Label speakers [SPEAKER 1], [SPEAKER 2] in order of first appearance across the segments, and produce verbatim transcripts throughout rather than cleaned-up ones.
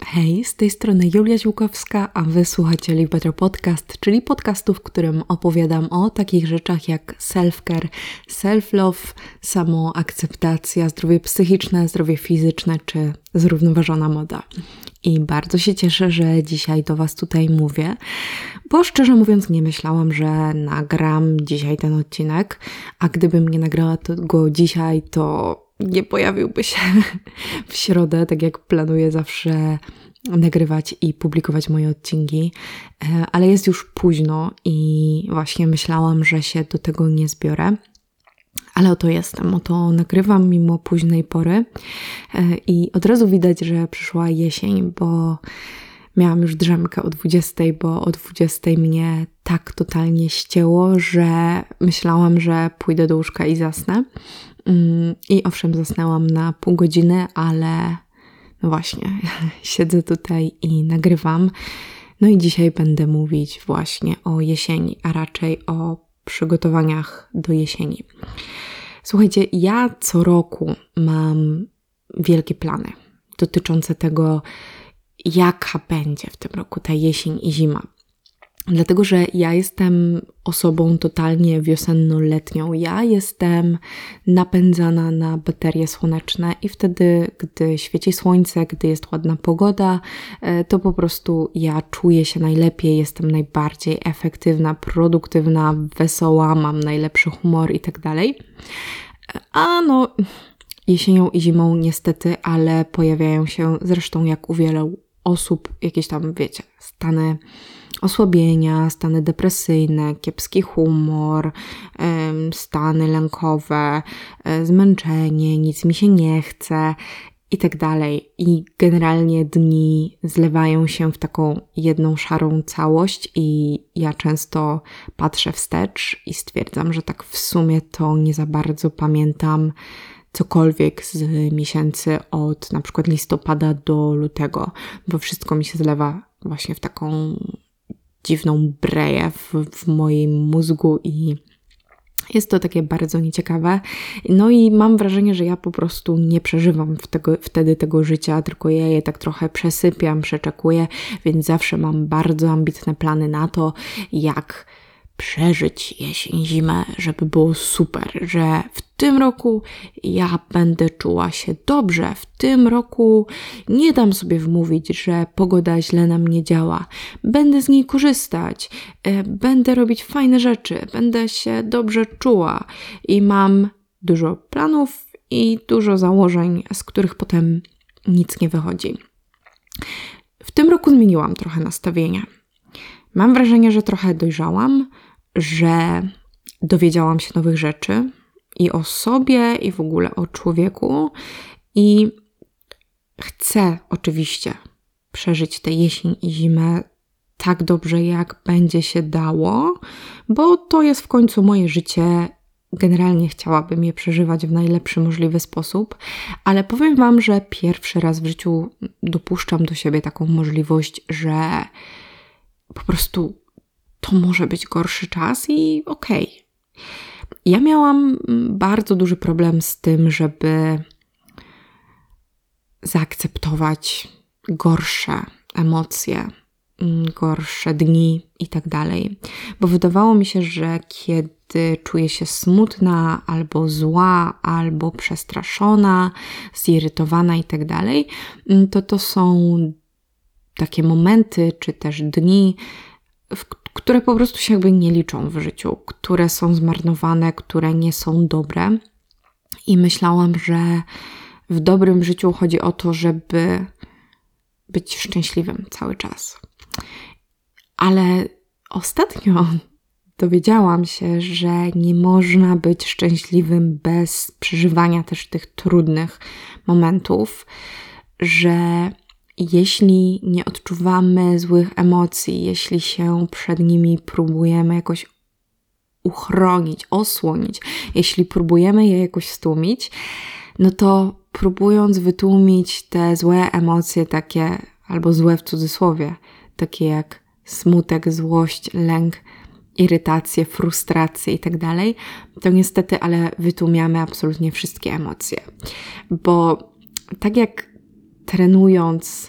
[SPEAKER 1] Hej, z tej strony Julia Ziłkowska, a Wy słuchacie Live Better Podcast, czyli podcastu, w którym opowiadam o takich rzeczach jak self-care, self-love, samoakceptacja, zdrowie psychiczne, zdrowie fizyczne czy zrównoważona moda. I bardzo się cieszę, że dzisiaj do Was tutaj mówię, bo szczerze mówiąc nie myślałam, że nagram dzisiaj ten odcinek, a gdybym nie nagrała go dzisiaj, to nie pojawiłby się w środę, tak jak planuję zawsze nagrywać i publikować moje odcinki, ale jest już późno i właśnie myślałam, że się do tego nie zbiorę. Ale oto jestem, oto nagrywam mimo późnej pory i od razu widać, że przyszła jesień, bo miałam już drzemkę o dwudziestej, bo o dwudziestej mnie tak totalnie ścięło, że myślałam, że pójdę do łóżka i zasnę. I owszem, zasnęłam na pół godziny, ale no właśnie, siedzę tutaj i nagrywam. No i dzisiaj będę mówić właśnie o jesieni, a raczej o przygotowaniach do jesieni. Słuchajcie, ja co roku mam wielkie plany dotyczące tego, jaka będzie w tym roku ta jesień i zima. Dlatego, że ja jestem osobą totalnie wiosenno-letnią. Ja jestem napędzana na baterie słoneczne i wtedy, gdy świeci słońce, gdy jest ładna pogoda, to po prostu ja czuję się najlepiej, jestem najbardziej efektywna, produktywna, wesoła, mam najlepszy humor i tak dalej. A no, jesienią i zimą niestety, ale pojawiają się zresztą jak u wielu osób jakieś tam, wiecie, stany osłabienia, stany depresyjne, kiepski humor, stany lękowe, zmęczenie, nic mi się nie chce i tak dalej. I generalnie dni zlewają się w taką jedną szarą całość i ja często patrzę wstecz i stwierdzam, że tak w sumie to nie za bardzo pamiętam cokolwiek z miesięcy od na przykład listopada do lutego, bo wszystko mi się zlewa właśnie w taką dziwną breję w, w moim mózgu i jest to takie bardzo nieciekawe. No i mam wrażenie, że ja po prostu nie przeżywam w tego, wtedy tego życia, tylko ja je tak trochę przesypiam, przeczekuję, więc zawsze mam bardzo ambitne plany na to, jak przeżyć jesień, zimę, żeby było super, że w tym roku ja będę czuła się dobrze, w tym roku nie dam sobie wmówić, że pogoda źle na mnie działa, będę z niej korzystać, będę robić fajne rzeczy, będę się dobrze czuła i mam dużo planów i dużo założeń, z których potem nic nie wychodzi. W tym roku zmieniłam trochę nastawienie. Mam wrażenie, że trochę dojrzałam, że dowiedziałam się nowych rzeczy i o sobie, i w ogóle o człowieku i chcę oczywiście przeżyć tę jesień i zimę tak dobrze, jak będzie się dało, bo to jest w końcu moje życie. Generalnie chciałabym je przeżywać w najlepszy możliwy sposób, ale powiem Wam, że pierwszy raz w życiu dopuszczam do siebie taką możliwość, że po prostu to może być gorszy czas i okej. Okay. Ja miałam bardzo duży problem z tym, żeby zaakceptować gorsze emocje, gorsze dni i tak dalej. Bo wydawało mi się, że kiedy czuję się smutna, albo zła, albo przestraszona, zirytowana i tak dalej, to to są takie momenty, czy też dni, w które po prostu się jakby nie liczą w życiu, które są zmarnowane, które nie są dobre. I myślałam, że w dobrym życiu chodzi o to, żeby być szczęśliwym cały czas. Ale ostatnio dowiedziałam się, że nie można być szczęśliwym bez przeżywania też tych trudnych momentów, że jeśli nie odczuwamy złych emocji, jeśli się przed nimi próbujemy jakoś uchronić, osłonić, jeśli próbujemy je jakoś stłumić, no to próbując wytłumić te złe emocje takie, albo złe w cudzysłowie, takie jak smutek, złość, lęk, irytację, frustrację i tak dalej, to niestety, ale wytłumiamy absolutnie wszystkie emocje. Bo tak jak trenując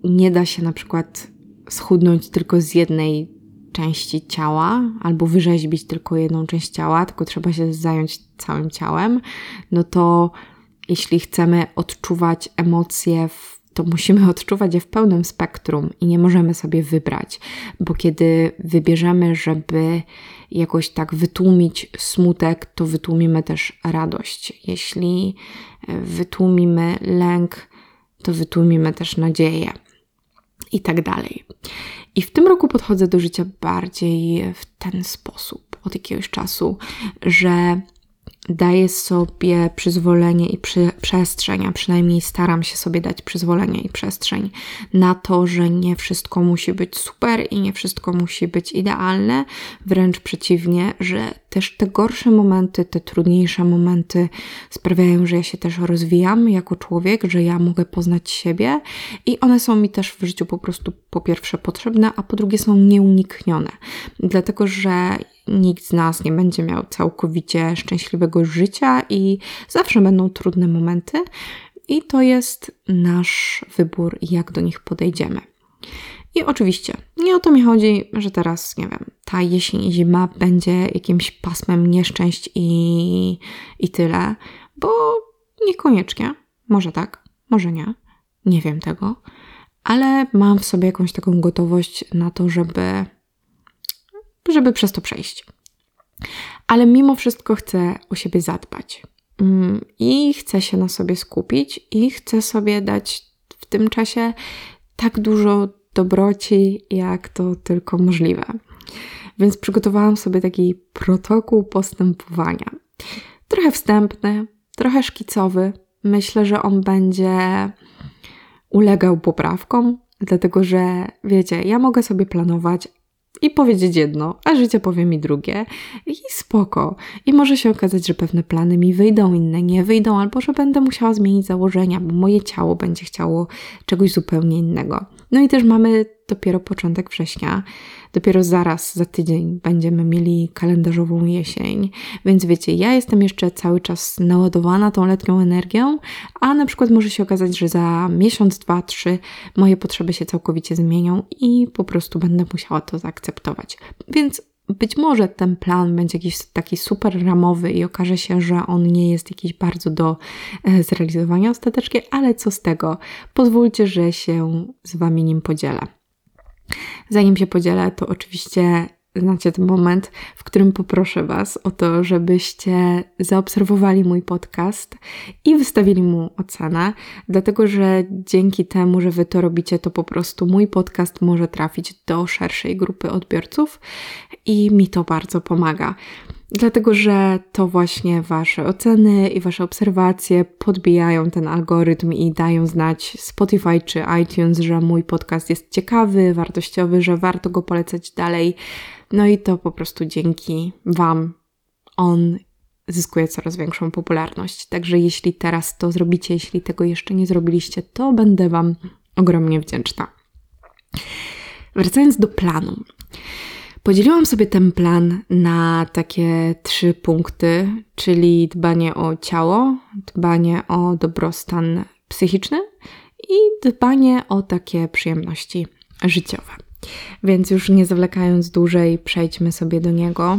[SPEAKER 1] nie da się na przykład schudnąć tylko z jednej części ciała albo wyrzeźbić tylko jedną część ciała, tylko trzeba się zająć całym ciałem, no to jeśli chcemy odczuwać emocje, to musimy odczuwać je w pełnym spektrum i nie możemy sobie wybrać, bo kiedy wybierzemy, żeby jakoś tak wytłumić smutek, to wytłumimy też radość. Jeśli wytłumimy lęk, to wytłumimy też nadzieję i tak dalej. I w tym roku podchodzę do życia bardziej w ten sposób od jakiegoś czasu, że daję sobie przyzwolenie i przy, przestrzeń, a przynajmniej staram się sobie dać przyzwolenie i przestrzeń na to, że nie wszystko musi być super i nie wszystko musi być idealne. Wręcz przeciwnie, że też te gorsze momenty, te trudniejsze momenty sprawiają, że ja się też rozwijam jako człowiek, że ja mogę poznać siebie i one są mi też w życiu po prostu po pierwsze potrzebne, a po drugie są nieuniknione. Dlatego, że nikt z nas nie będzie miał całkowicie szczęśliwego życia i zawsze będą trudne momenty i to jest nasz wybór, jak do nich podejdziemy. I oczywiście nie o to mi chodzi, że teraz, nie wiem, ta jesień i zima będzie jakimś pasmem nieszczęść i, i tyle, bo niekoniecznie, może tak, może nie, nie wiem tego, ale mam w sobie jakąś taką gotowość na to, żeby żeby przez to przejść. Ale mimo wszystko chcę o siebie zadbać. I chcę się na sobie skupić i chcę sobie dać w tym czasie tak dużo dobroci, jak to tylko możliwe. Więc przygotowałam sobie taki protokół postępowania. Trochę wstępny, trochę szkicowy. Myślę, że on będzie ulegał poprawkom, dlatego że wiecie, ja mogę sobie planować i powiedzieć jedno, a życie powie mi drugie i spoko. I może się okazać, że pewne plany mi wyjdą, inne nie wyjdą, albo że będę musiała zmienić założenia, bo moje ciało będzie chciało czegoś zupełnie innego. No i też mamy dopiero początek września, dopiero zaraz, za tydzień będziemy mieli kalendarzową jesień, więc wiecie, ja jestem jeszcze cały czas naładowana tą letnią energią, a na przykład może się okazać, że za miesiąc, dwa, trzy moje potrzeby się całkowicie zmienią i po prostu będę musiała to zaakceptować. Więc być może ten plan będzie jakiś taki super ramowy i okaże się, że on nie jest jakiś bardzo do zrealizowania ostatecznie, ale co z tego? Pozwólcie, że się z Wami nim podzielę. Zanim się podzielę, to oczywiście znacie ten moment, w którym poproszę Was o to, żebyście zaobserwowali mój podcast i wystawili mu ocenę, dlatego że dzięki temu, że Wy to robicie, to po prostu mój podcast może trafić do szerszej grupy odbiorców i mi to bardzo pomaga. Dlatego, że to właśnie Wasze oceny i Wasze obserwacje podbijają ten algorytm i dają znać Spotify czy iTunes, że mój podcast jest ciekawy, wartościowy, że warto go polecać dalej. No i to po prostu dzięki Wam on zyskuje coraz większą popularność. Także jeśli teraz to zrobicie, jeśli tego jeszcze nie zrobiliście, to będę Wam ogromnie wdzięczna. Wracając do planu. Podzieliłam sobie ten plan na takie trzy punkty, czyli dbanie o ciało, dbanie o dobrostan psychiczny i dbanie o takie przyjemności życiowe. Więc już nie zawlekając dłużej, przejdźmy sobie do niego.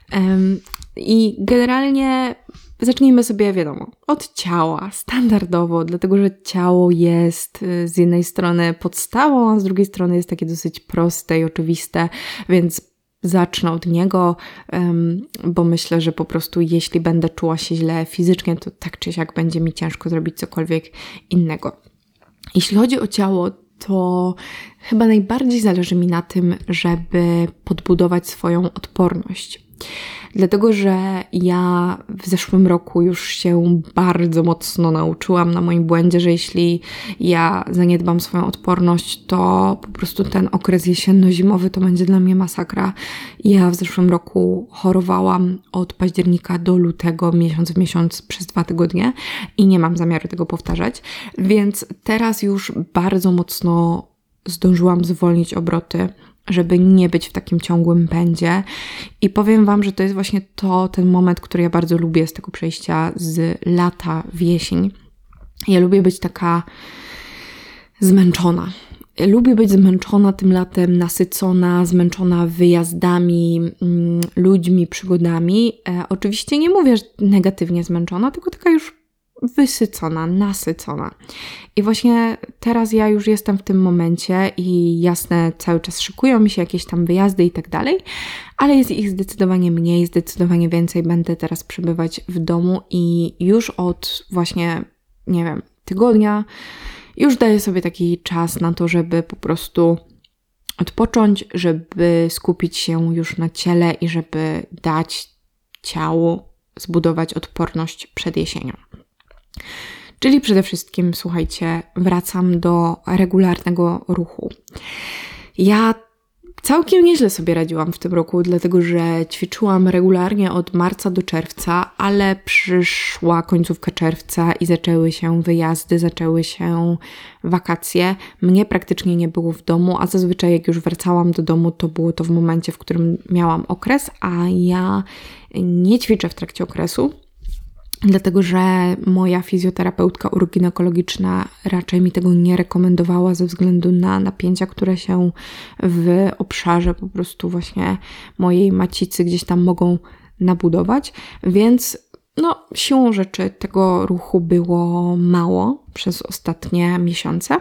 [SPEAKER 1] I generalnie zacznijmy sobie, wiadomo, od ciała, standardowo, dlatego że ciało jest z jednej strony podstawą, a z drugiej strony jest takie dosyć proste i oczywiste, więc zacznę od niego, bo myślę, że po prostu jeśli będę czuła się źle fizycznie, to tak czy siak będzie mi ciężko zrobić cokolwiek innego. Jeśli chodzi o ciało, to chyba najbardziej zależy mi na tym, żeby podbudować swoją odporność. Dlatego, że ja w zeszłym roku już się bardzo mocno nauczyłam na moim błędzie, że jeśli ja zaniedbam swoją odporność, to po prostu ten okres jesienno-zimowy to będzie dla mnie masakra. Ja w zeszłym roku chorowałam od października do lutego, miesiąc w miesiąc przez dwa tygodnie i nie mam zamiaru tego powtarzać, więc teraz już bardzo mocno zdążyłam zwolnić obroty, żeby nie być w takim ciągłym pędzie. I powiem Wam, że to jest właśnie to, ten moment, który ja bardzo lubię z tego przejścia z lata w jesień. Ja lubię być taka zmęczona. Lubię być zmęczona tym latem, nasycona, zmęczona wyjazdami, ludźmi, przygodami. E, oczywiście nie mówię, że negatywnie zmęczona, tylko taka już wysycona, nasycona. I właśnie teraz ja już jestem w tym momencie i jasne, cały czas szykują mi się jakieś tam wyjazdy i tak dalej, ale jest ich zdecydowanie mniej, zdecydowanie więcej. Będę teraz przebywać w domu i już od właśnie, nie wiem, tygodnia już daję sobie taki czas na to, żeby po prostu odpocząć, żeby skupić się już na ciele i żeby dać ciału zbudować odporność przed jesienią. Czyli przede wszystkim, słuchajcie, wracam do regularnego ruchu. Ja całkiem nieźle sobie radziłam w tym roku, dlatego że ćwiczyłam regularnie od marca do czerwca, ale przyszła końcówka czerwca i zaczęły się wyjazdy, zaczęły się wakacje. Mnie praktycznie nie było w domu, a zazwyczaj jak już wracałam do domu, to było to w momencie, w którym miałam okres, a ja nie ćwiczę w trakcie okresu. Dlatego, że moja fizjoterapeutka uroginekologiczna raczej mi tego nie rekomendowała ze względu na napięcia, które się w obszarze po prostu właśnie mojej macicy gdzieś tam mogą nabudować, więc no siłą rzeczy tego ruchu było mało przez ostatnie miesiące,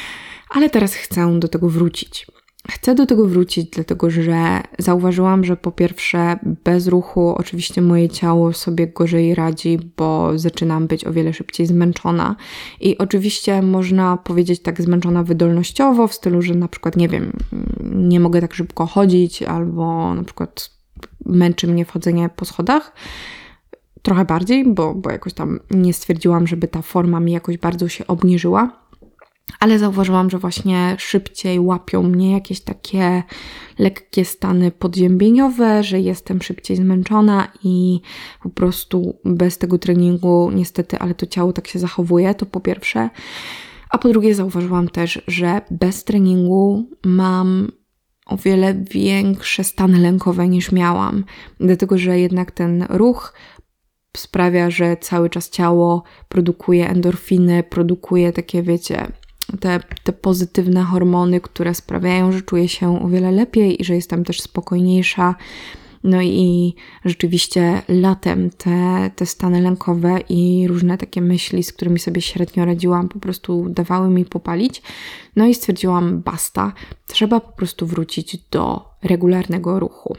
[SPEAKER 1] ale teraz chcę do tego wrócić. Chcę do tego wrócić, dlatego że zauważyłam, że po pierwsze bez ruchu oczywiście moje ciało sobie gorzej radzi, bo zaczynam być o wiele szybciej zmęczona i oczywiście można powiedzieć tak zmęczona wydolnościowo, w stylu, że na przykład nie wiem, nie mogę tak szybko chodzić albo na przykład męczy mnie wchodzenie po schodach. Trochę bardziej, bo, bo jakoś tam nie stwierdziłam, żeby ta forma mi jakoś bardzo się obniżyła. Ale zauważyłam, że właśnie szybciej łapią mnie jakieś takie lekkie stany podziębieniowe, że jestem szybciej zmęczona i po prostu bez tego treningu niestety, ale to ciało tak się zachowuje, to po pierwsze. A po drugie zauważyłam też, że bez treningu mam o wiele większe stany lękowe niż miałam, dlatego że jednak ten ruch sprawia, że cały czas ciało produkuje endorfiny, produkuje takie, wiecie, te, te pozytywne hormony, które sprawiają, że czuję się o wiele lepiej i że jestem też spokojniejsza. No i rzeczywiście latem te, te stany lękowe i różne takie myśli, z którymi sobie średnio radziłam, po prostu dawały mi popalić. No i stwierdziłam, basta, trzeba po prostu wrócić do regularnego ruchu.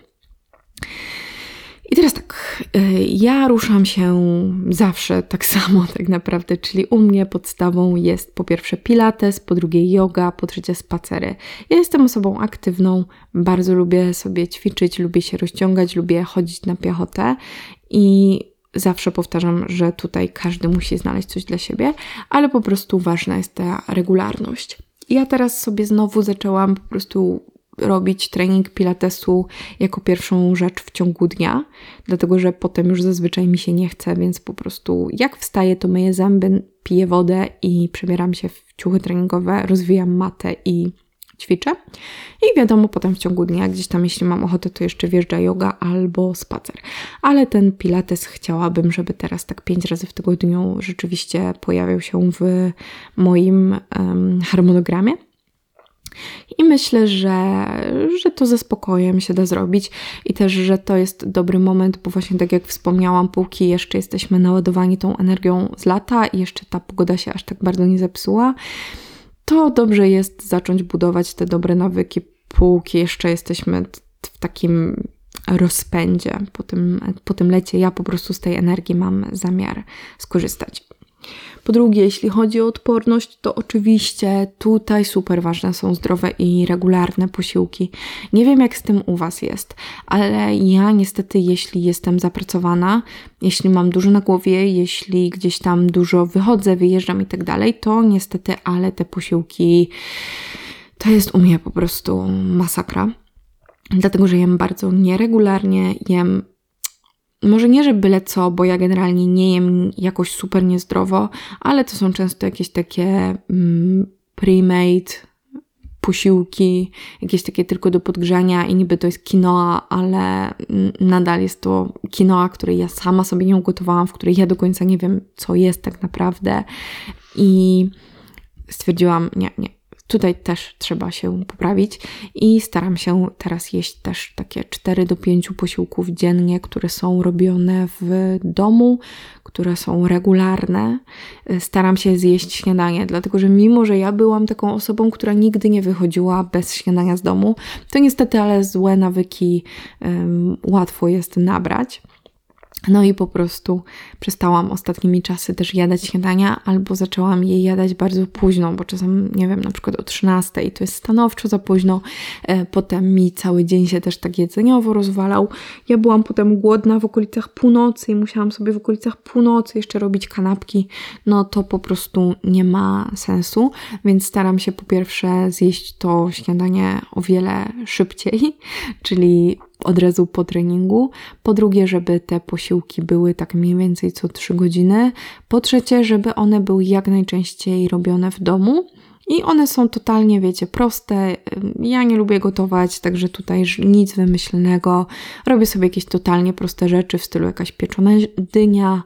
[SPEAKER 1] I teraz tak, ja ruszam się zawsze tak samo tak naprawdę, czyli u mnie podstawą jest po pierwsze pilates, po drugie yoga, po trzecie spacery. Ja jestem osobą aktywną, bardzo lubię sobie ćwiczyć, lubię się rozciągać, lubię chodzić na piechotę i zawsze powtarzam, że tutaj każdy musi znaleźć coś dla siebie, ale po prostu ważna jest ta regularność. Ja teraz sobie znowu zaczęłam po prostu robić trening pilatesu jako pierwszą rzecz w ciągu dnia, dlatego że potem już zazwyczaj mi się nie chce, więc po prostu jak wstaję, to myję zęby, piję wodę i przebieram się w ciuchy treningowe, rozwijam matę i ćwiczę. I wiadomo, potem w ciągu dnia gdzieś tam, jeśli mam ochotę, to jeszcze wjeżdża yoga albo spacer. Ale ten pilates chciałabym, żeby teraz tak pięć razy w tygodniu rzeczywiście pojawiał się w moim um, harmonogramie. I myślę, że, że to ze spokojem się da zrobić i też, że to jest dobry moment, bo właśnie tak jak wspomniałam, póki jeszcze jesteśmy naładowani tą energią z lata i jeszcze ta pogoda się aż tak bardzo nie zepsuła, to dobrze jest zacząć budować te dobre nawyki, póki jeszcze jesteśmy w takim rozpędzie. Po tym, po tym lecie ja po prostu z tej energii mam zamiar skorzystać. Po drugie, jeśli chodzi o odporność, to oczywiście tutaj super ważne są zdrowe i regularne posiłki. Nie wiem, jak z tym u Was jest, ale ja niestety, jeśli jestem zapracowana, jeśli mam dużo na głowie, jeśli gdzieś tam dużo wychodzę, wyjeżdżam i tak dalej, to niestety, ale te posiłki to jest u mnie po prostu masakra. Dlatego, że jem bardzo nieregularnie, jem może nie, że byle co, bo ja generalnie nie jem jakoś super niezdrowo, ale to są często jakieś takie mm, pre-made posiłki, jakieś takie tylko do podgrzania i niby to jest quinoa, ale nadal jest to quinoa, której ja sama sobie nie ugotowałam, w której ja do końca nie wiem, co jest tak naprawdę i stwierdziłam, nie, nie, tutaj też trzeba się poprawić i staram się teraz jeść też takie cztery do pięciu posiłków dziennie, które są robione w domu, które są regularne. Staram się zjeść śniadanie, dlatego że mimo, że ja byłam taką osobą, która nigdy nie wychodziła bez śniadania z domu, to niestety, ale złe nawyki um, łatwo jest nabrać. No i po prostu przestałam ostatnimi czasy też jadać śniadania, albo zaczęłam je jadać bardzo późno, bo czasem, nie wiem, na przykład o trzynastej, to jest stanowczo za późno, e, potem mi cały dzień się też tak jedzeniowo rozwalał. Ja byłam potem głodna w okolicach północy i musiałam sobie w okolicach północy jeszcze robić kanapki, no to po prostu nie ma sensu, więc staram się po pierwsze zjeść to śniadanie o wiele szybciej, czyli od razu po treningu. Po drugie, żeby te posiłki były tak mniej więcej co trzy godziny. Po trzecie, żeby one były jak najczęściej robione w domu. I one są totalnie, wiecie, proste. Ja nie lubię gotować, także tutaj nic wymyślnego. Robię sobie jakieś totalnie proste rzeczy w stylu jakaś pieczona dynia,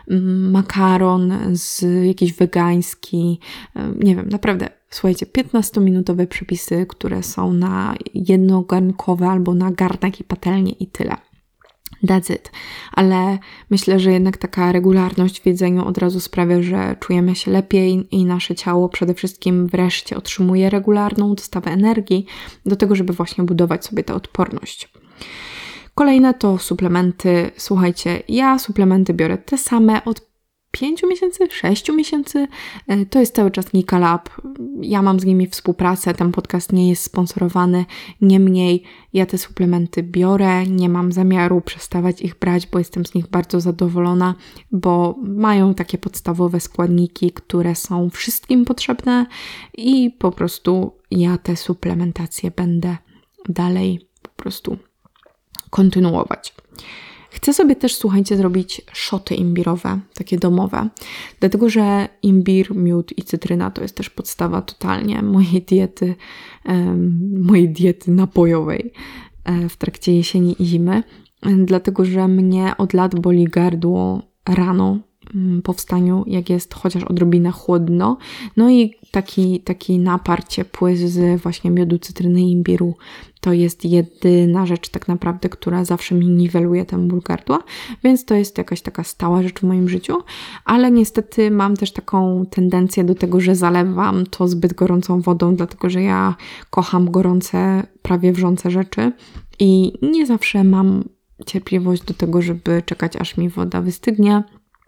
[SPEAKER 1] makaron z jakiś wegański, nie wiem, naprawdę. Słuchajcie, piętnastominutowe przepisy, które są na jednogarnkowe albo na garnek i patelnię i tyle. That's it. Ale myślę, że jednak taka regularność w jedzeniu od razu sprawia, że czujemy się lepiej i nasze ciało przede wszystkim wreszcie otrzymuje regularną dostawę energii do tego, żeby właśnie budować sobie tę odporność. Kolejne to suplementy. Słuchajcie, ja suplementy biorę te same od pięciu miesięcy, sześciu miesięcy. To jest cały czas Nika Lab. Ja mam z nimi współpracę, ten podcast nie jest sponsorowany. Niemniej ja te suplementy biorę, nie mam zamiaru przestawać ich brać, bo jestem z nich bardzo zadowolona, bo mają takie podstawowe składniki, które są wszystkim potrzebne i po prostu ja tę suplementację będę dalej po prostu kontynuować. Chcę sobie też, słuchajcie, zrobić szoty imbirowe, takie domowe, dlatego że imbir, miód i cytryna to jest też podstawa totalnie mojej diety, um, mojej diety napojowej um, w trakcie jesieni i zimy, um, dlatego że mnie od lat boli gardło rano um, po wstaniu, jak jest chociaż odrobinę chłodno, no i taki, taki napar ciepły z właśnie miodu, cytryny i imbiru to jest jedyna rzecz tak naprawdę, która zawsze mi niweluje ten ból gardła, więc to jest jakaś taka stała rzecz w moim życiu, ale niestety mam też taką tendencję do tego, że zalewam to zbyt gorącą wodą, dlatego że ja kocham gorące, prawie wrzące rzeczy i nie zawsze mam cierpliwość do tego, żeby czekać, aż mi woda wystygnie.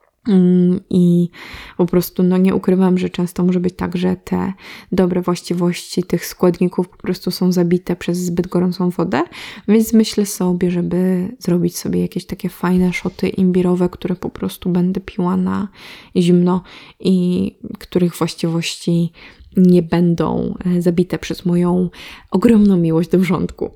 [SPEAKER 1] I po prostu no nie ukrywam, że często może być tak, że te dobre właściwości tych składników po prostu są zabite przez zbyt gorącą wodę, więc myślę sobie, żeby zrobić sobie jakieś takie fajne szoty imbirowe, które po prostu będę piła na zimno i których właściwości nie będą zabite przez moją ogromną miłość do wrzątku.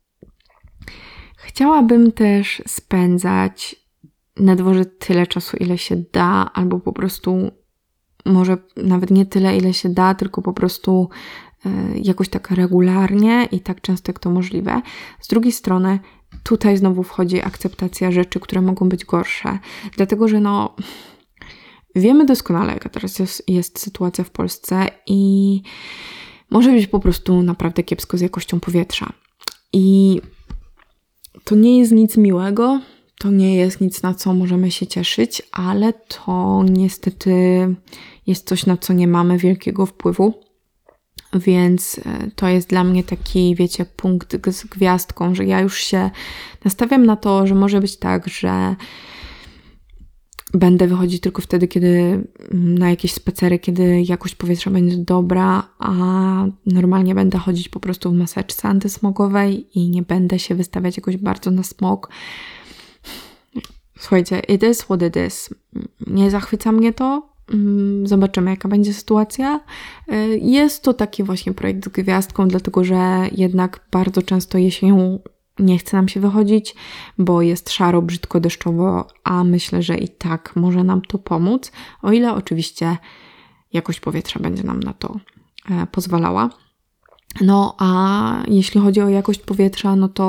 [SPEAKER 1] Chciałabym też spędzać na dworze tyle czasu, ile się da, albo po prostu może nawet nie tyle, ile się da, tylko po prostu y, jakoś tak regularnie i tak często, jak to możliwe. Z drugiej strony tutaj znowu wchodzi akceptacja rzeczy, które mogą być gorsze, dlatego że no wiemy doskonale, jaka teraz jest, jest sytuacja w Polsce i może być po prostu naprawdę kiepsko z jakością powietrza. I to nie jest nic miłego, to nie jest nic, na co możemy się cieszyć, ale to niestety jest coś, na co nie mamy wielkiego wpływu, więc to jest dla mnie taki, wiecie, punkt z gwiazdką, że ja już się nastawiam na to, że może być tak, że będę wychodzić tylko wtedy, kiedy na jakieś spacery, kiedy jakość powietrza będzie dobra, a normalnie będę chodzić po prostu w maseczce antysmogowej i nie będę się wystawiać jakoś bardzo na smog. Słuchajcie, it is what it is. Nie zachwyca mnie to. Zobaczymy, jaka będzie sytuacja. Jest to taki właśnie projekt z gwiazdką, dlatego że jednak bardzo często jesienią nie chce nam się wychodzić, bo jest szaro, brzydko, deszczowo, a myślę, że i tak może nam to pomóc, o ile oczywiście jakość powietrza będzie nam na to pozwalała. No a jeśli chodzi o jakość powietrza, no to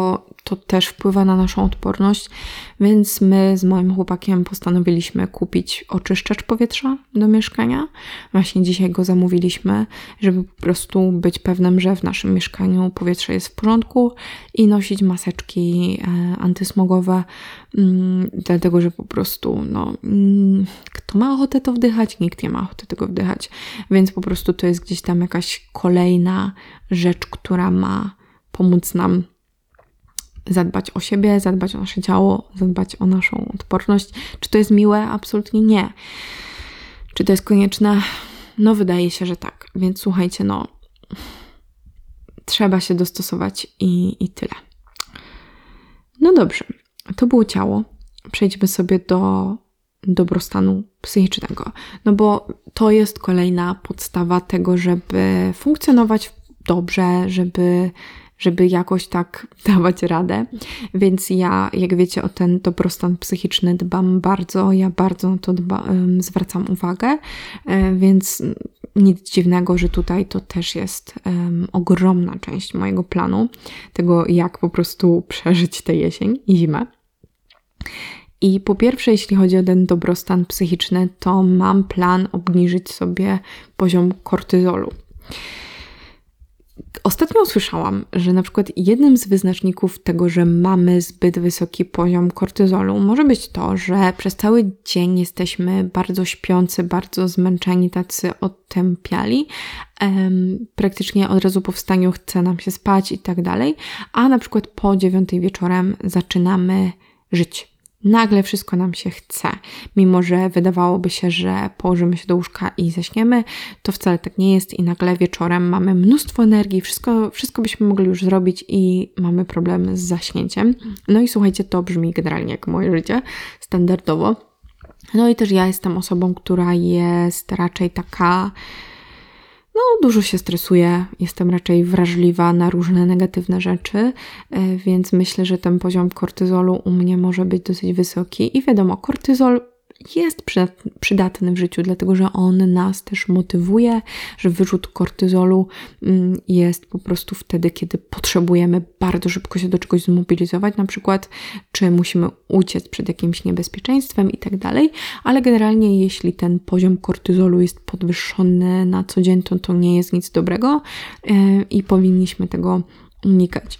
[SPEAKER 1] to też wpływa na naszą odporność, więc my z moim chłopakiem postanowiliśmy kupić oczyszczacz powietrza do mieszkania. Właśnie dzisiaj go zamówiliśmy, żeby po prostu być pewnym, że w naszym mieszkaniu powietrze jest w porządku i nosić maseczki antysmogowe, dlatego, że po prostu no, kto ma ochotę to wdychać, nikt nie ma ochoty tego wdychać, więc po prostu to jest gdzieś tam jakaś kolejna rzecz, która ma pomóc nam zadbać o siebie, zadbać o nasze ciało, zadbać o naszą odporność. Czy to jest miłe? Absolutnie nie. Czy to jest konieczne? No wydaje się, że tak. Więc słuchajcie, no trzeba się dostosować i, i tyle. No dobrze, to było ciało. Przejdźmy sobie do dobrostanu psychicznego. No bo to jest kolejna podstawa tego, żeby funkcjonować dobrze, żeby żeby jakoś tak dawać radę. Więc ja, jak wiecie, o ten dobrostan psychiczny dbam bardzo, ja bardzo na to dba, zwracam uwagę, więc nic dziwnego, że tutaj to też jest um, ogromna część mojego planu, tego jak po prostu przeżyć tę jesień i zimę. I po pierwsze, jeśli chodzi o ten dobrostan psychiczny, to mam plan obniżyć sobie poziom kortyzolu. Ostatnio usłyszałam, że na przykład jednym z wyznaczników tego, że mamy zbyt wysoki poziom kortyzolu, może być to, że przez cały dzień jesteśmy bardzo śpiący, bardzo zmęczeni, tacy otępiali. Um, praktycznie od razu po wstaniu chce nam się spać i tak dalej, a na przykład po dziewiątej wieczorem zaczynamy żyć. Nagle wszystko nam się chce, mimo że wydawałoby się, że położymy się do łóżka i zaśniemy, to wcale tak nie jest i nagle wieczorem mamy mnóstwo energii, wszystko, wszystko byśmy mogli już zrobić i mamy problem z zaśnięciem. No i słuchajcie, to brzmi generalnie jak moje życie, standardowo. No i też ja jestem osobą, która jest raczej taka... No, dużo się stresuję, jestem raczej wrażliwa na różne negatywne rzeczy, więc myślę, że ten poziom kortyzolu u mnie może być dosyć wysoki. I wiadomo, kortyzol jest przydatny w życiu, dlatego że on nas też motywuje, że wyrzut kortyzolu jest po prostu wtedy, kiedy potrzebujemy bardzo szybko się do czegoś zmobilizować, na przykład, czy musimy uciec przed jakimś niebezpieczeństwem i tak dalej, ale generalnie jeśli ten poziom kortyzolu jest podwyższony na co dzień, to to nie jest nic dobrego i powinniśmy tego unikać.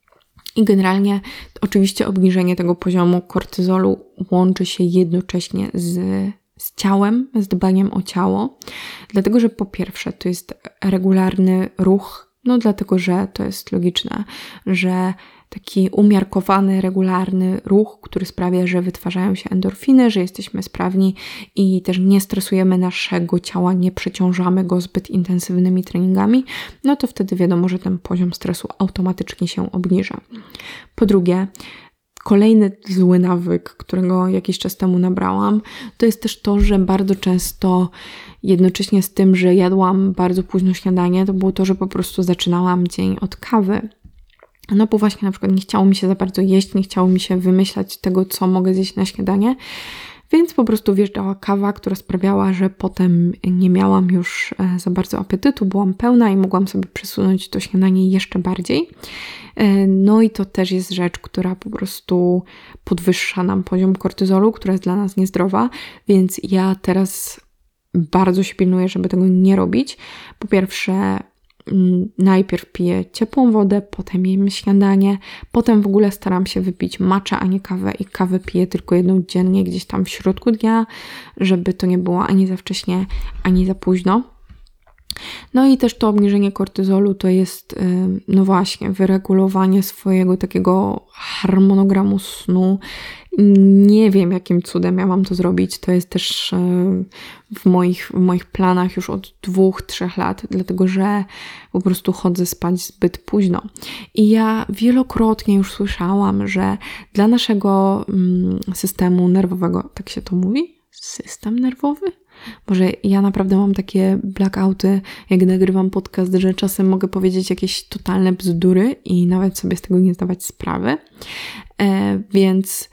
[SPEAKER 1] I generalnie oczywiście obniżenie tego poziomu kortyzolu łączy się jednocześnie z, z ciałem, z dbaniem o ciało, dlatego że po pierwsze to jest regularny ruch, no dlatego że to jest logiczne, że taki umiarkowany, regularny ruch, który sprawia, że wytwarzają się endorfiny, że jesteśmy sprawni i też nie stresujemy naszego ciała, nie przeciążamy go zbyt intensywnymi treningami, no to wtedy wiadomo, że ten poziom stresu automatycznie się obniża. Po drugie, kolejny zły nawyk, którego jakiś czas temu nabrałam, to jest też to, że bardzo często jednocześnie z tym, że jadłam bardzo późno śniadanie, to było to, że po prostu zaczynałam dzień od kawy. No bo właśnie na przykład nie chciało mi się za bardzo jeść, nie chciało mi się wymyślać tego, co mogę zjeść na śniadanie, więc po prostu wjeżdżała kawa, która sprawiała, że potem nie miałam już za bardzo apetytu, byłam pełna i mogłam sobie przesunąć to śniadanie jeszcze bardziej. No i to też jest rzecz, która po prostu podwyższa nam poziom kortyzolu, która jest dla nas niezdrowa, więc ja teraz bardzo się pilnuję, żeby tego nie robić. Po pierwsze, najpierw piję ciepłą wodę, potem jem śniadanie, potem w ogóle staram się wypić matcha, a nie kawę i kawę piję tylko jedną dziennie gdzieś tam w środku dnia, żeby to nie było ani za wcześnie, ani za późno. No i też to obniżenie kortyzolu to jest, no właśnie, wyregulowanie swojego takiego harmonogramu snu. Nie wiem, jakim cudem ja mam to zrobić. To jest też w moich, w moich planach już od dwóch, trzech lat, dlatego że po prostu chodzę spać zbyt późno. I ja wielokrotnie już słyszałam, że dla naszego systemu nerwowego, tak się to mówi? System nerwowy? Może ja naprawdę mam takie blackouty, jak nagrywam podcast, że czasem mogę powiedzieć jakieś totalne bzdury i nawet sobie z tego nie zdawać sprawy. E, więc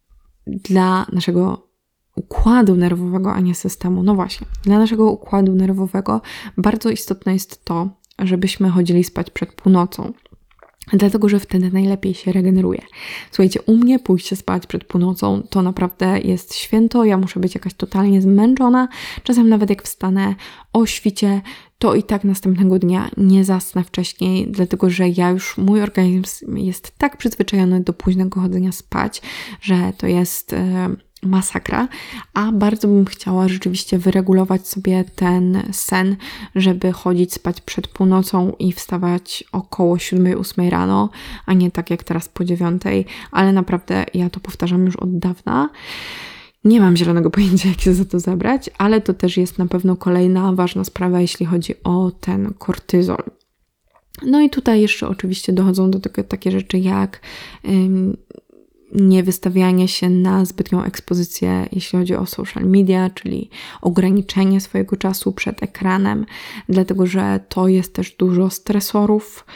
[SPEAKER 1] dla naszego układu nerwowego, a nie systemu, no właśnie, dla naszego układu nerwowego bardzo istotne jest to, żebyśmy chodzili spać przed północą. Dlatego, że wtedy najlepiej się regeneruje. Słuchajcie, u mnie pójście spać przed północą to naprawdę jest święto. Ja muszę być jakaś totalnie zmęczona. Czasem nawet jak wstanę o świcie, to i tak następnego dnia nie zasnę wcześniej, dlatego że ja już, mój organizm jest tak przyzwyczajony do późnego chodzenia spać, że to jest Yy, masakra, a bardzo bym chciała rzeczywiście wyregulować sobie ten sen, żeby chodzić spać przed północą i wstawać około siódmej, ósmej rano, a nie tak jak teraz po dziewiątej, ale naprawdę ja to powtarzam już od dawna. Nie mam zielonego pojęcia, jak się za to zabrać, ale to też jest na pewno kolejna ważna sprawa, jeśli chodzi o ten kortyzol. No i tutaj jeszcze oczywiście dochodzą do tego takie rzeczy jak ym, nie wystawianie się na zbytnią ekspozycję, jeśli chodzi o social media, czyli ograniczenie swojego czasu przed ekranem, dlatego że to jest też dużo stresorów.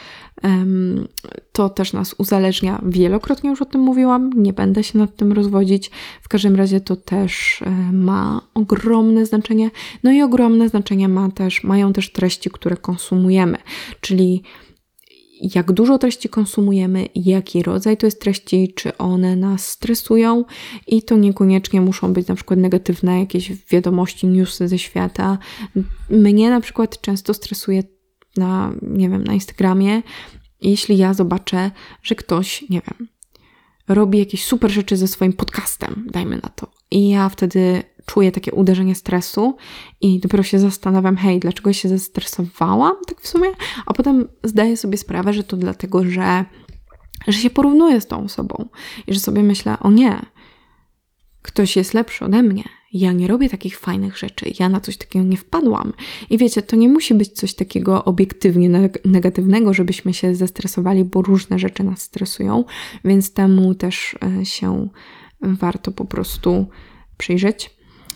[SPEAKER 1] To też nas uzależnia. Wielokrotnie już o tym mówiłam, nie będę się nad tym rozwodzić. W każdym razie to też ma ogromne znaczenie. No i ogromne znaczenie ma też, mają też treści, które konsumujemy, czyli jak dużo treści konsumujemy, jaki rodzaj to jest treści, czy one nas stresują i to niekoniecznie muszą być na przykład negatywne jakieś wiadomości, newsy ze świata. Mnie na przykład często stresuje na, nie wiem, na Instagramie, jeśli ja zobaczę, że ktoś, nie wiem, robi jakieś super rzeczy ze swoim podcastem, dajmy na to. I ja wtedy czuję takie uderzenie stresu i dopiero się zastanawiam, hej, dlaczego się zestresowałam tak w sumie? A potem zdaję sobie sprawę, że to dlatego, że, że się porównuję z tą osobą i że sobie myślę, o nie, ktoś jest lepszy ode mnie. Ja nie robię takich fajnych rzeczy, ja na coś takiego nie wpadłam. I wiecie, to nie musi być coś takiego obiektywnie negatywnego, żebyśmy się zestresowali, bo różne rzeczy nas stresują, więc temu też się warto po prostu przyjrzeć.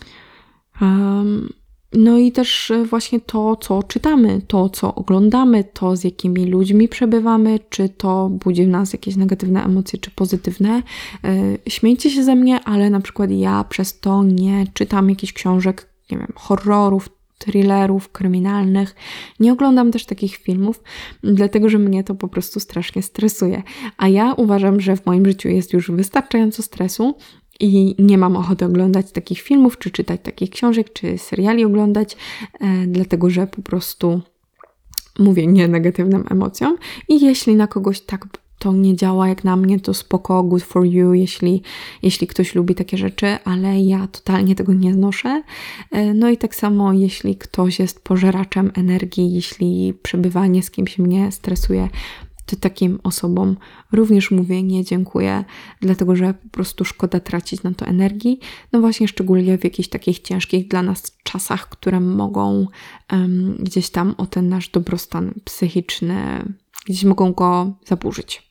[SPEAKER 1] Um, no i też właśnie to, co czytamy, to, co oglądamy, to, z jakimi ludźmi przebywamy, czy to budzi w nas jakieś negatywne emocje, czy pozytywne. Yy, śmiejcie się ze mnie, ale na przykład ja przez to nie czytam jakichś książek, nie wiem, horrorów, thrillerów kryminalnych. Nie oglądam też takich filmów, dlatego że mnie to po prostu strasznie stresuje. A ja uważam, że w moim życiu jest już wystarczająco stresu, i nie mam ochoty oglądać takich filmów, czy czytać takich książek, czy seriali oglądać, e, dlatego że po prostu mówię nie negatywnym emocjom. I jeśli na kogoś tak to nie działa jak na mnie, to spoko, good for you, jeśli, jeśli ktoś lubi takie rzeczy, ale ja totalnie tego nie znoszę. E, no i tak samo, jeśli ktoś jest pożeraczem energii, jeśli przebywanie z kimś mnie stresuje, to takim osobom również mówię nie dziękuję, dlatego że po prostu szkoda tracić na to energii, no właśnie szczególnie w jakichś takich ciężkich dla nas czasach, które mogą um, gdzieś tam o ten nasz dobrostan psychiczny, gdzieś mogą go zaburzyć.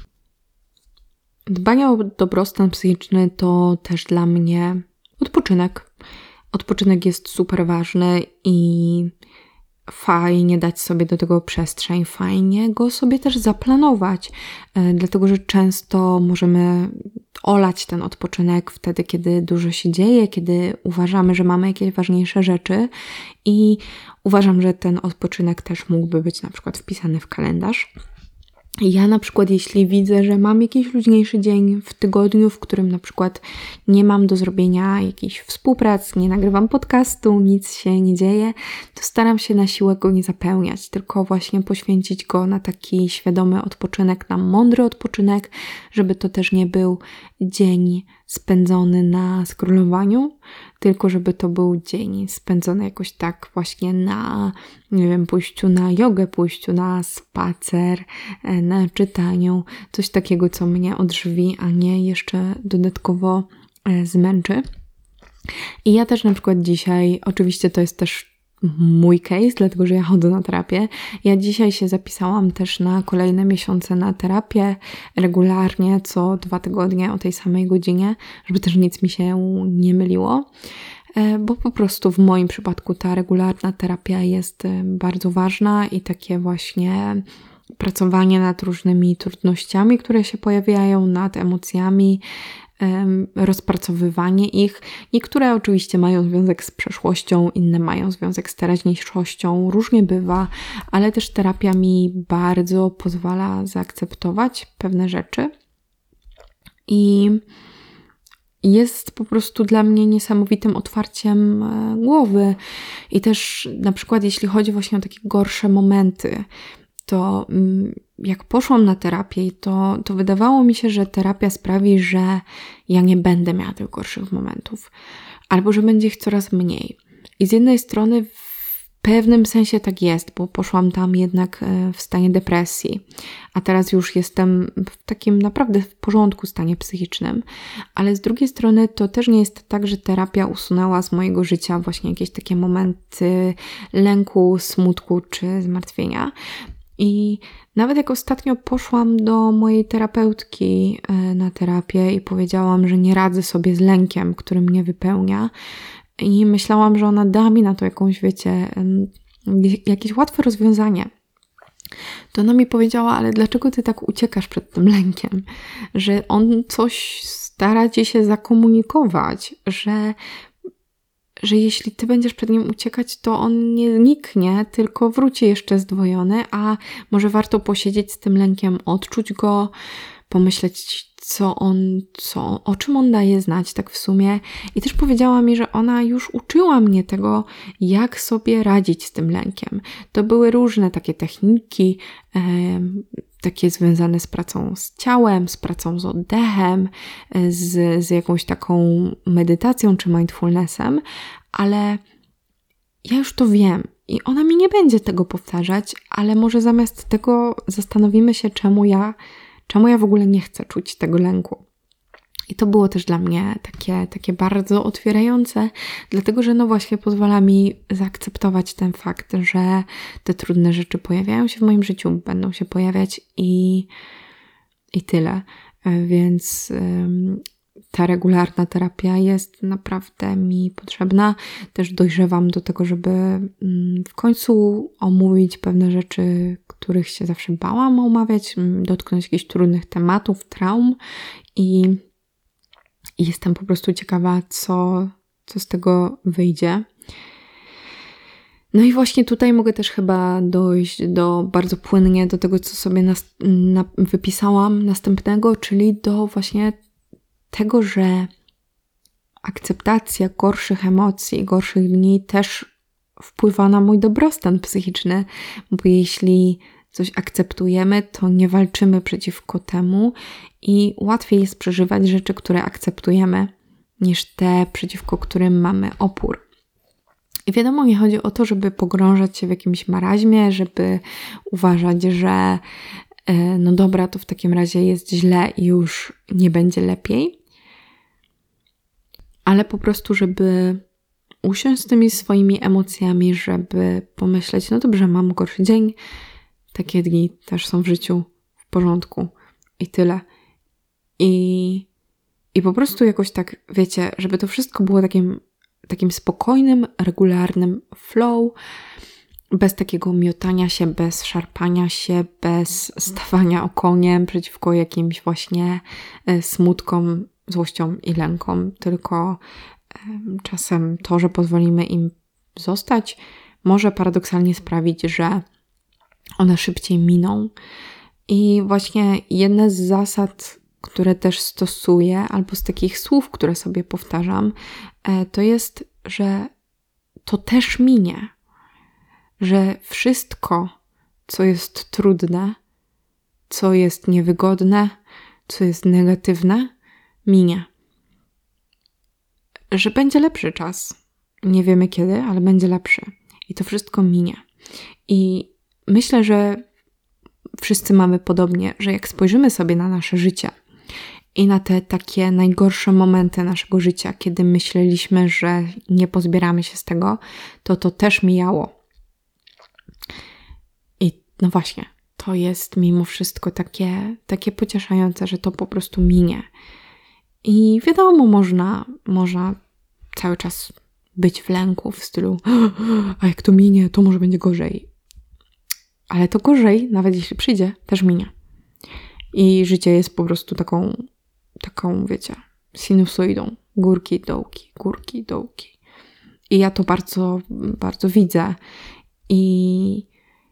[SPEAKER 1] Dbanie o dobrostan psychiczny to też dla mnie odpoczynek. Odpoczynek jest super ważny i fajnie dać sobie do tego przestrzeń, fajnie go sobie też zaplanować, dlatego że często możemy olać ten odpoczynek wtedy, kiedy dużo się dzieje, kiedy uważamy, że mamy jakieś ważniejsze rzeczy i uważam, że ten odpoczynek też mógłby być na przykład wpisany w kalendarz. Ja na przykład, jeśli widzę, że mam jakiś luźniejszy dzień w tygodniu, w którym na przykład nie mam do zrobienia jakichś współprac, nie nagrywam podcastu, nic się nie dzieje, to staram się na siłę go nie zapełniać, tylko właśnie poświęcić go na taki świadomy odpoczynek, na mądry odpoczynek, żeby to też nie był dzień spędzony na scrollowaniu, tylko żeby to był dzień spędzony jakoś tak właśnie na, nie wiem, pójściu na jogę, pójściu na spacer, na czytaniu, coś takiego, co mnie odżywi, a nie jeszcze dodatkowo zmęczy. I ja też na przykład dzisiaj, oczywiście to jest też mój case, dlatego że ja chodzę na terapię. Ja dzisiaj się zapisałam też na kolejne miesiące na terapię regularnie, co dwa tygodnie o tej samej godzinie, żeby też nic mi się nie myliło, bo po prostu w moim przypadku ta regularna terapia jest bardzo ważna i takie właśnie pracowanie nad różnymi trudnościami, które się pojawiają, nad emocjami, rozpracowywanie ich. Niektóre oczywiście mają związek z przeszłością, inne mają związek z teraźniejszością, różnie bywa, ale też terapia mi bardzo pozwala zaakceptować pewne rzeczy i jest po prostu dla mnie niesamowitym otwarciem głowy. I też na przykład jeśli chodzi właśnie o takie gorsze momenty, to jak poszłam na terapię, to, to wydawało mi się, że terapia sprawi, że ja nie będę miała tych gorszych momentów. Albo że będzie ich coraz mniej. I z jednej strony w pewnym sensie tak jest, bo poszłam tam jednak w stanie depresji. A teraz już jestem w takim naprawdę w porządku stanie psychicznym. Ale z drugiej strony to też nie jest tak, że terapia usunęła z mojego życia właśnie jakieś takie momenty lęku, smutku czy zmartwienia. I nawet jak ostatnio poszłam do mojej terapeutki na terapię i powiedziałam, że nie radzę sobie z lękiem, który mnie wypełnia i myślałam, że ona da mi na to jakąś, wiecie, jakieś łatwe rozwiązanie, to ona mi powiedziała, ale dlaczego ty tak uciekasz przed tym lękiem? Że on coś stara ci się zakomunikować, że że jeśli ty będziesz przed nim uciekać, to on nie zniknie, tylko wróci jeszcze zdwojony, a może warto posiedzieć z tym lękiem, odczuć go, pomyśleć, co on, co, o czym on daje znać tak w sumie. I też powiedziała mi, że ona już uczyła mnie tego, jak sobie radzić z tym lękiem. To były różne takie techniki, e, takie związane z pracą z ciałem, z pracą z oddechem, z, z jakąś taką medytacją czy mindfulnessem, ale ja już to wiem i ona mi nie będzie tego powtarzać, ale może zamiast tego zastanowimy się, czemu ja, czemu ja w ogóle nie chcę czuć tego lęku. I to było też dla mnie takie, takie bardzo otwierające, dlatego że no właśnie pozwala mi zaakceptować ten fakt, że te trudne rzeczy pojawiają się w moim życiu, będą się pojawiać i, i tyle. Więc ym, ta regularna terapia jest naprawdę mi potrzebna. Też dojrzewam do tego, żeby ym, w końcu omówić pewne rzeczy, których się zawsze bałam omawiać, ym, dotknąć jakichś trudnych tematów, traum i I jestem po prostu ciekawa, co, co z tego wyjdzie. No i właśnie tutaj mogę też chyba dojść do bardzo płynnie do tego, co sobie nas, na, wypisałam następnego, czyli do właśnie tego, że akceptacja gorszych emocji, gorszych dni też wpływa na mój dobrostan psychiczny, bo jeśli coś akceptujemy, to nie walczymy przeciwko temu i łatwiej jest przeżywać rzeczy, które akceptujemy, niż te, przeciwko którym mamy opór. I wiadomo, nie chodzi o to, żeby pogrążać się w jakimś maraźmie, żeby uważać, że no dobra, to w takim razie jest źle i już nie będzie lepiej, ale po prostu, żeby usiąść z tymi swoimi emocjami, żeby pomyśleć, no dobrze, mam gorszy dzień, takie dni też są w życiu w porządku i tyle. I, i po prostu jakoś tak, wiecie, żeby to wszystko było takim, takim spokojnym, regularnym flow, bez takiego miotania się, bez szarpania się, bez stawania okoniem przeciwko jakimś właśnie smutkom, złościom i lękom, tylko czasem to, że pozwolimy im zostać, może paradoksalnie sprawić, że one szybciej miną. I właśnie jedna z zasad, które też stosuję, albo z takich słów, które sobie powtarzam, to jest, że to też minie. Że wszystko, co jest trudne, co jest niewygodne, co jest negatywne, minie. Że będzie lepszy czas. Nie wiemy kiedy, ale będzie lepszy. I to wszystko minie. I myślę, że wszyscy mamy podobnie, że jak spojrzymy sobie na nasze życie i na te takie najgorsze momenty naszego życia, kiedy myśleliśmy, że nie pozbieramy się z tego, to to też mijało. I no właśnie, to jest mimo wszystko takie, takie pocieszające, że to po prostu minie. I wiadomo, można, można cały czas być w lęku, w stylu a jak to minie, to może będzie gorzej. Ale to gorzej, nawet jeśli przyjdzie, też minie. I życie jest po prostu taką, taką, wiecie, sinusoidą. Górki, dołki, górki, dołki. I ja to bardzo, bardzo widzę. I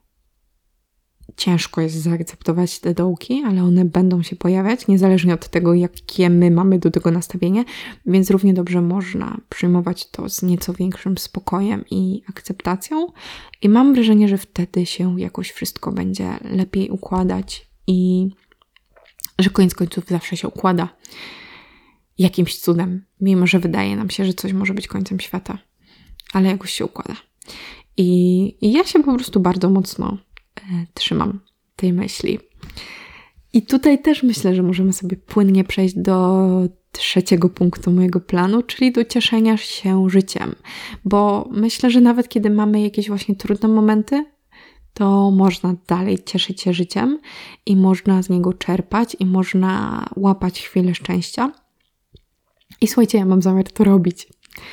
[SPEAKER 1] ciężko jest zaakceptować te dołki, ale one będą się pojawiać, niezależnie od tego, jakie my mamy do tego nastawienie, więc równie dobrze można przyjmować to z nieco większym spokojem i akceptacją. I mam wrażenie, że wtedy się jakoś wszystko będzie lepiej układać i że koniec końców zawsze się układa jakimś cudem, mimo że wydaje nam się, że coś może być końcem świata, ale jakoś się układa. I, i ja się po prostu bardzo mocno e, trzymam tej myśli. I tutaj też myślę, że możemy sobie płynnie przejść do trzeciego punktu mojego planu, czyli do cieszenia się życiem. Bo myślę, że nawet kiedy mamy jakieś właśnie trudne momenty, to można dalej cieszyć się życiem i można z niego czerpać i można łapać chwilę szczęścia. I słuchajcie, ja mam zamiar to robić.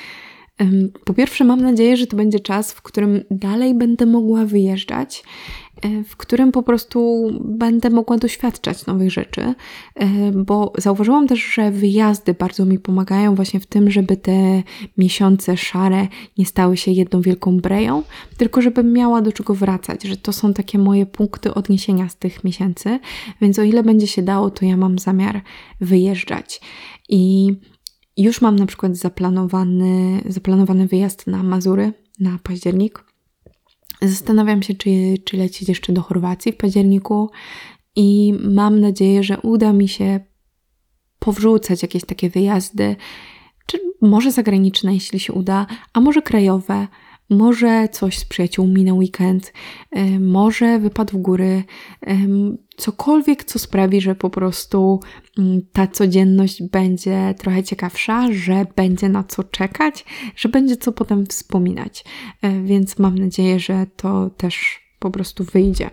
[SPEAKER 1] Po pierwsze, mam nadzieję, że to będzie czas, w którym dalej będę mogła wyjeżdżać, w którym po prostu będę mogła doświadczać nowych rzeczy, bo zauważyłam też, że wyjazdy bardzo mi pomagają właśnie w tym, żeby te miesiące szare nie stały się jedną wielką breją, tylko żebym miała do czego wracać, że to są takie moje punkty odniesienia z tych miesięcy, więc o ile będzie się dało, to ja mam zamiar wyjeżdżać. I już mam na przykład zaplanowany, zaplanowany wyjazd na Mazury na październik. Zastanawiam się, czy, czy lecieć jeszcze do Chorwacji w październiku i mam nadzieję, że uda mi się powrzucać jakieś takie wyjazdy, czy może zagraniczne, jeśli się uda, a może krajowe, może coś z przyjaciółmi na weekend, może wypad w góry, cokolwiek, co sprawi, że po prostu ta codzienność będzie trochę ciekawsza, że będzie na co czekać, że będzie co potem wspominać. Więc mam nadzieję, że to też po prostu wyjdzie.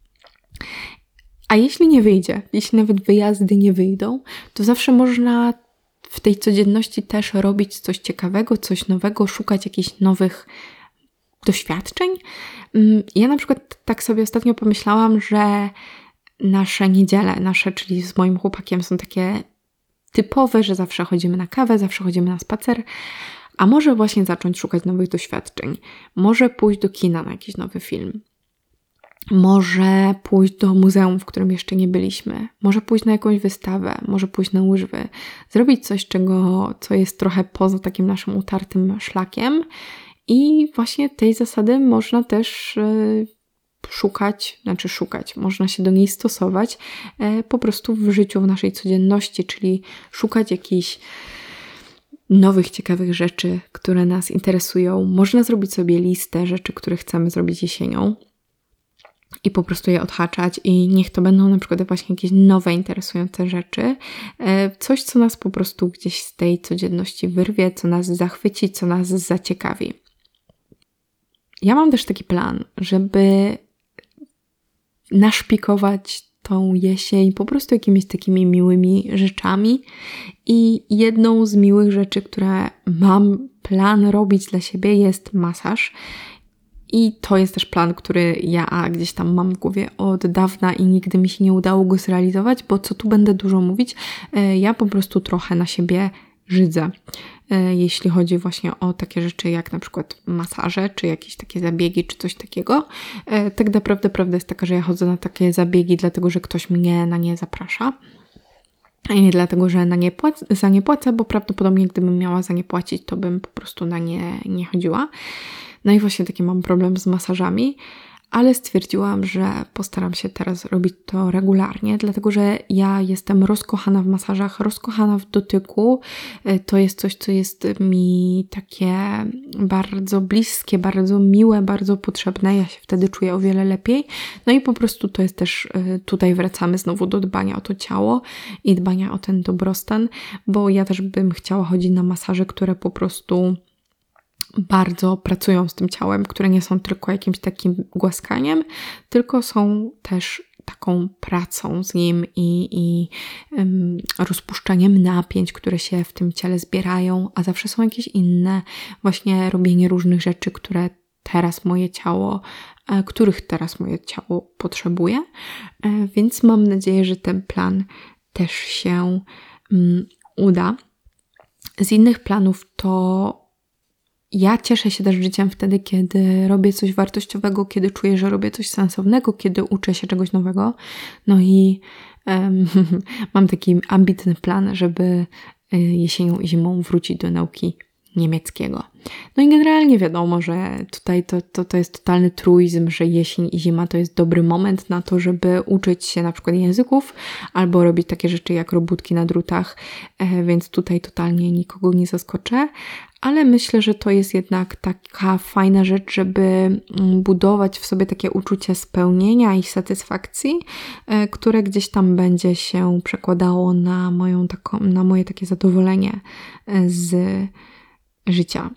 [SPEAKER 1] A jeśli nie wyjdzie, jeśli nawet wyjazdy nie wyjdą, to zawsze można w tej codzienności też robić coś ciekawego, coś nowego, szukać jakichś nowych doświadczeń. Ja na przykład tak sobie ostatnio pomyślałam, że nasze niedziele, nasze, czyli z moim chłopakiem, są takie typowe, że zawsze chodzimy na kawę, zawsze chodzimy na spacer, a może właśnie zacząć szukać nowych doświadczeń. Może pójść do kina na jakiś nowy film. Może pójść do muzeum, w którym jeszcze nie byliśmy. Może pójść na jakąś wystawę, może pójść na łyżwy. Zrobić coś, czego, co jest trochę poza takim naszym utartym szlakiem. I właśnie tej zasady można też yy, szukać, znaczy szukać, można się do niej stosować yy, po prostu w życiu, w naszej codzienności, czyli szukać jakichś nowych, ciekawych rzeczy, które nas interesują. Można zrobić sobie listę rzeczy, które chcemy zrobić jesienią i po prostu je odhaczać i niech to będą na przykład właśnie jakieś nowe, interesujące rzeczy. Coś, co nas po prostu gdzieś z tej codzienności wyrwie, co nas zachwyci, co nas zaciekawi. Ja mam też taki plan, żeby naszpikować tą jesień po prostu jakimiś takimi miłymi rzeczami i jedną z miłych rzeczy, które mam plan robić dla siebie, jest masaż. I to jest też plan, który ja gdzieś tam mam w głowie od dawna i nigdy mi się nie udało go zrealizować, bo co tu będę dużo mówić, ja po prostu trochę na siebie żydzę, jeśli chodzi właśnie o takie rzeczy jak na przykład masaże, czy jakieś takie zabiegi, czy coś takiego. Tak naprawdę prawda jest taka, że ja chodzę na takie zabiegi, dlatego że ktoś mnie na nie zaprasza. A nie dlatego, że na nie płac- za nie płacę, bo prawdopodobnie gdybym miała za nie płacić, to bym po prostu na nie nie chodziła. No i właśnie taki mam problem z masażami, ale stwierdziłam, że postaram się teraz robić to regularnie, dlatego że ja jestem rozkochana w masażach, rozkochana w dotyku. To jest coś, co jest mi takie bardzo bliskie, bardzo miłe, bardzo potrzebne. Ja się wtedy czuję o wiele lepiej. No i po prostu to jest też, tutaj wracamy znowu do dbania o to ciało i dbania o ten dobrostan, bo ja też bym chciała chodzić na masaże, które po prostu bardzo pracują z tym ciałem, które nie są tylko jakimś takim głaskaniem, tylko są też taką pracą z nim i, i um, rozpuszczaniem napięć, które się w tym ciele zbierają, a zawsze są jakieś inne, właśnie robienie różnych rzeczy, które teraz moje ciało, e, których teraz moje ciało potrzebuje, e, więc mam nadzieję, że ten plan też się um, uda. Z innych planów to ja cieszę się też życiem wtedy, kiedy robię coś wartościowego, kiedy czuję, że robię coś sensownego, kiedy uczę się czegoś nowego. No i um, mam taki ambitny plan, żeby jesienią i zimą wrócić do nauki niemieckiego. No i generalnie wiadomo, że tutaj to, to, to jest totalny truizm, że jesień i zima to jest dobry moment na to, żeby uczyć się na przykład języków albo robić takie rzeczy jak robótki na drutach, więc tutaj totalnie nikogo nie zaskoczę, ale myślę, że to jest jednak taka fajna rzecz, żeby budować w sobie takie uczucie spełnienia i satysfakcji, które gdzieś tam będzie się przekładało na moją taką, na moje takie zadowolenie z życia.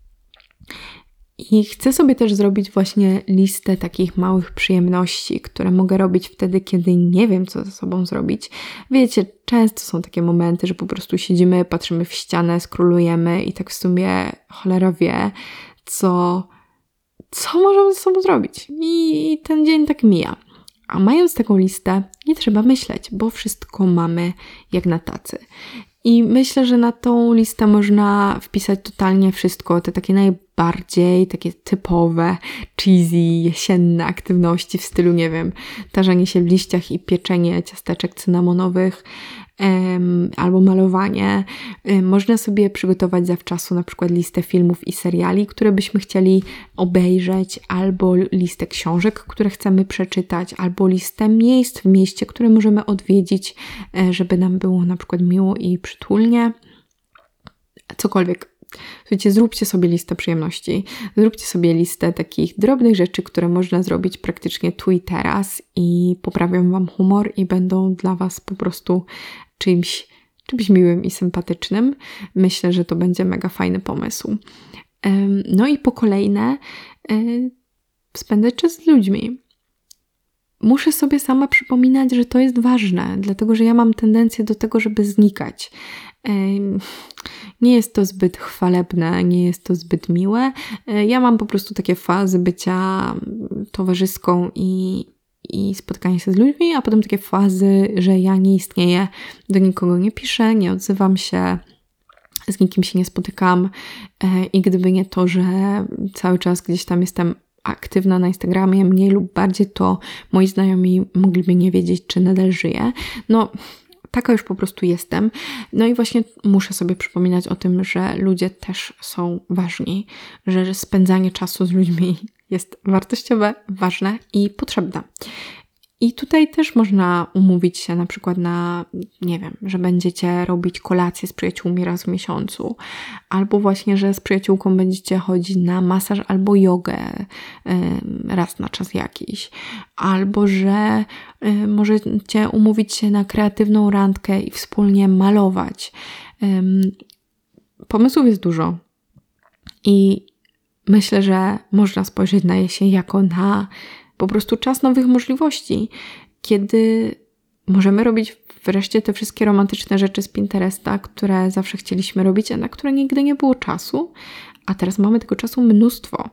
[SPEAKER 1] I chcę sobie też zrobić właśnie listę takich małych przyjemności, które mogę robić wtedy, kiedy nie wiem, co ze sobą zrobić. Wiecie, często są takie momenty, że po prostu siedzimy, patrzymy w ścianę, skrolujemy i tak w sumie cholera wie, co, co możemy ze sobą zrobić. I ten dzień tak mija. A mając taką listę, nie trzeba myśleć, bo wszystko mamy jak na tacy. I myślę, że na tą listę można wpisać totalnie wszystko, te takie najbardziej takie typowe, cheesy, jesienne aktywności w stylu, nie wiem, tarzanie się w liściach i pieczenie ciasteczek cynamonowych, um, albo malowanie. Um, można sobie przygotować zawczasu na przykład listę filmów i seriali, które byśmy chcieli obejrzeć, albo listę książek, które chcemy przeczytać, albo listę miejsc w mieście, które możemy odwiedzić, żeby nam było na przykład miło i przytulnie. Cokolwiek. Słuchajcie, zróbcie sobie listę przyjemności. Zróbcie sobie listę takich drobnych rzeczy, które można zrobić praktycznie tu i teraz i poprawią Wam humor i będą dla Was po prostu czymś, czymś miłym i sympatycznym. Myślę, że to będzie mega fajny pomysł. No i po kolejne spędzać czas z ludźmi. Muszę sobie sama przypominać, że to jest ważne, dlatego że ja mam tendencję do tego, żeby znikać. Nie jest to zbyt chwalebne, nie jest to zbyt miłe. Ja mam po prostu takie fazy bycia towarzyską i, i spotkania się z ludźmi, a potem takie fazy, że ja nie istnieję, do nikogo nie piszę, nie odzywam się, z nikim się nie spotykam i gdyby nie to, że cały czas gdzieś tam jestem aktywna na Instagramie, mniej lub bardziej, to moi znajomi mogliby nie wiedzieć, czy nadal żyję. No, taka już po prostu jestem. No i właśnie muszę sobie przypominać o tym, że ludzie też są ważni, że spędzanie czasu z ludźmi jest wartościowe, ważne i potrzebne. I tutaj też można umówić się na przykład na, nie wiem, że będziecie robić kolację z przyjaciółmi raz w miesiącu, albo właśnie, że z przyjaciółką będziecie chodzić na masaż albo jogę raz na czas jakiś, albo że możecie umówić się na kreatywną randkę i wspólnie malować. Pomysłów jest dużo i myślę, że można spojrzeć na jesień jako na po prostu czas nowych możliwości, kiedy możemy robić wreszcie te wszystkie romantyczne rzeczy z Pinteresta, które zawsze chcieliśmy robić, a na które nigdy nie było czasu, a teraz mamy tego czasu mnóstwo.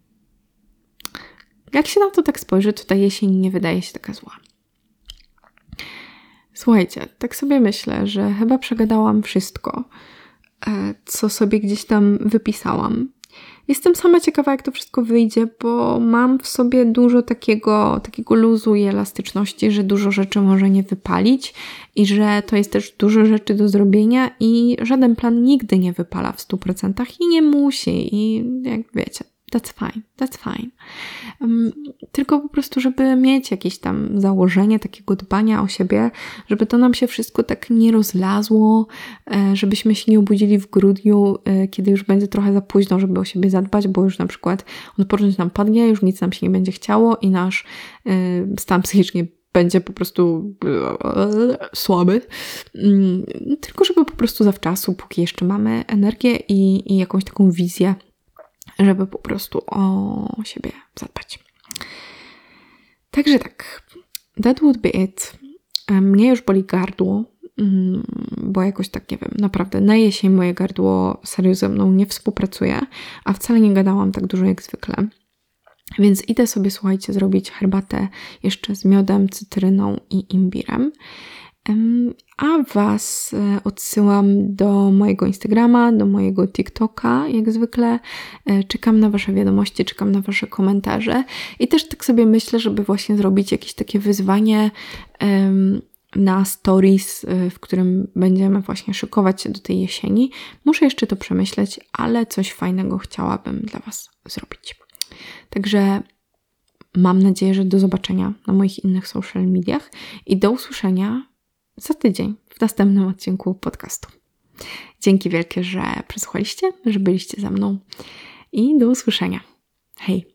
[SPEAKER 1] Jak się na to tak spojrzy, to ta jesień nie wydaje się taka zła. Słuchajcie, tak sobie myślę, że chyba przegadałam wszystko, co sobie gdzieś tam wypisałam. Jestem sama ciekawa, jak to wszystko wyjdzie, bo mam w sobie dużo takiego, takiego luzu i elastyczności, że dużo rzeczy może nie wypalić i że to jest też dużo rzeczy do zrobienia i żaden plan nigdy nie wypala w stu procentach i nie musi i jak wiecie, that's fine, that's fine. Um, tylko po prostu, żeby mieć jakieś tam założenie takiego dbania o siebie, żeby to nam się wszystko tak nie rozlazło, e, żebyśmy się nie obudzili w grudniu, e, kiedy już będzie trochę za późno, żeby o siebie zadbać, bo już na przykład odporność nam padnie, już nic nam się nie będzie chciało i nasz e, stan psychiczny będzie po prostu słaby. Tylko żeby po prostu zawczasu, póki jeszcze mamy energię i, i jakąś taką wizję, żeby po prostu o siebie zadbać. Także tak, that would be it. Mnie już boli gardło, bo jakoś tak, nie wiem, naprawdę na jesień moje gardło serio ze mną nie współpracuje, a wcale nie gadałam tak dużo jak zwykle. Więc idę sobie, słuchajcie, zrobić herbatę jeszcze z miodem, cytryną i imbirem. A Was odsyłam do mojego Instagrama, do mojego TikToka, jak zwykle. Czekam na Wasze wiadomości, czekam na Wasze komentarze i też tak sobie myślę, żeby właśnie zrobić jakieś takie wyzwanie na stories, w którym będziemy właśnie szykować się do tej jesieni. Muszę jeszcze to przemyśleć, ale coś fajnego chciałabym dla Was zrobić. Także mam nadzieję, że do zobaczenia na moich innych social mediach i do usłyszenia za tydzień w następnym odcinku podcastu. Dzięki wielkie, że przesłuchaliście, że byliście ze mną i do usłyszenia. Hej!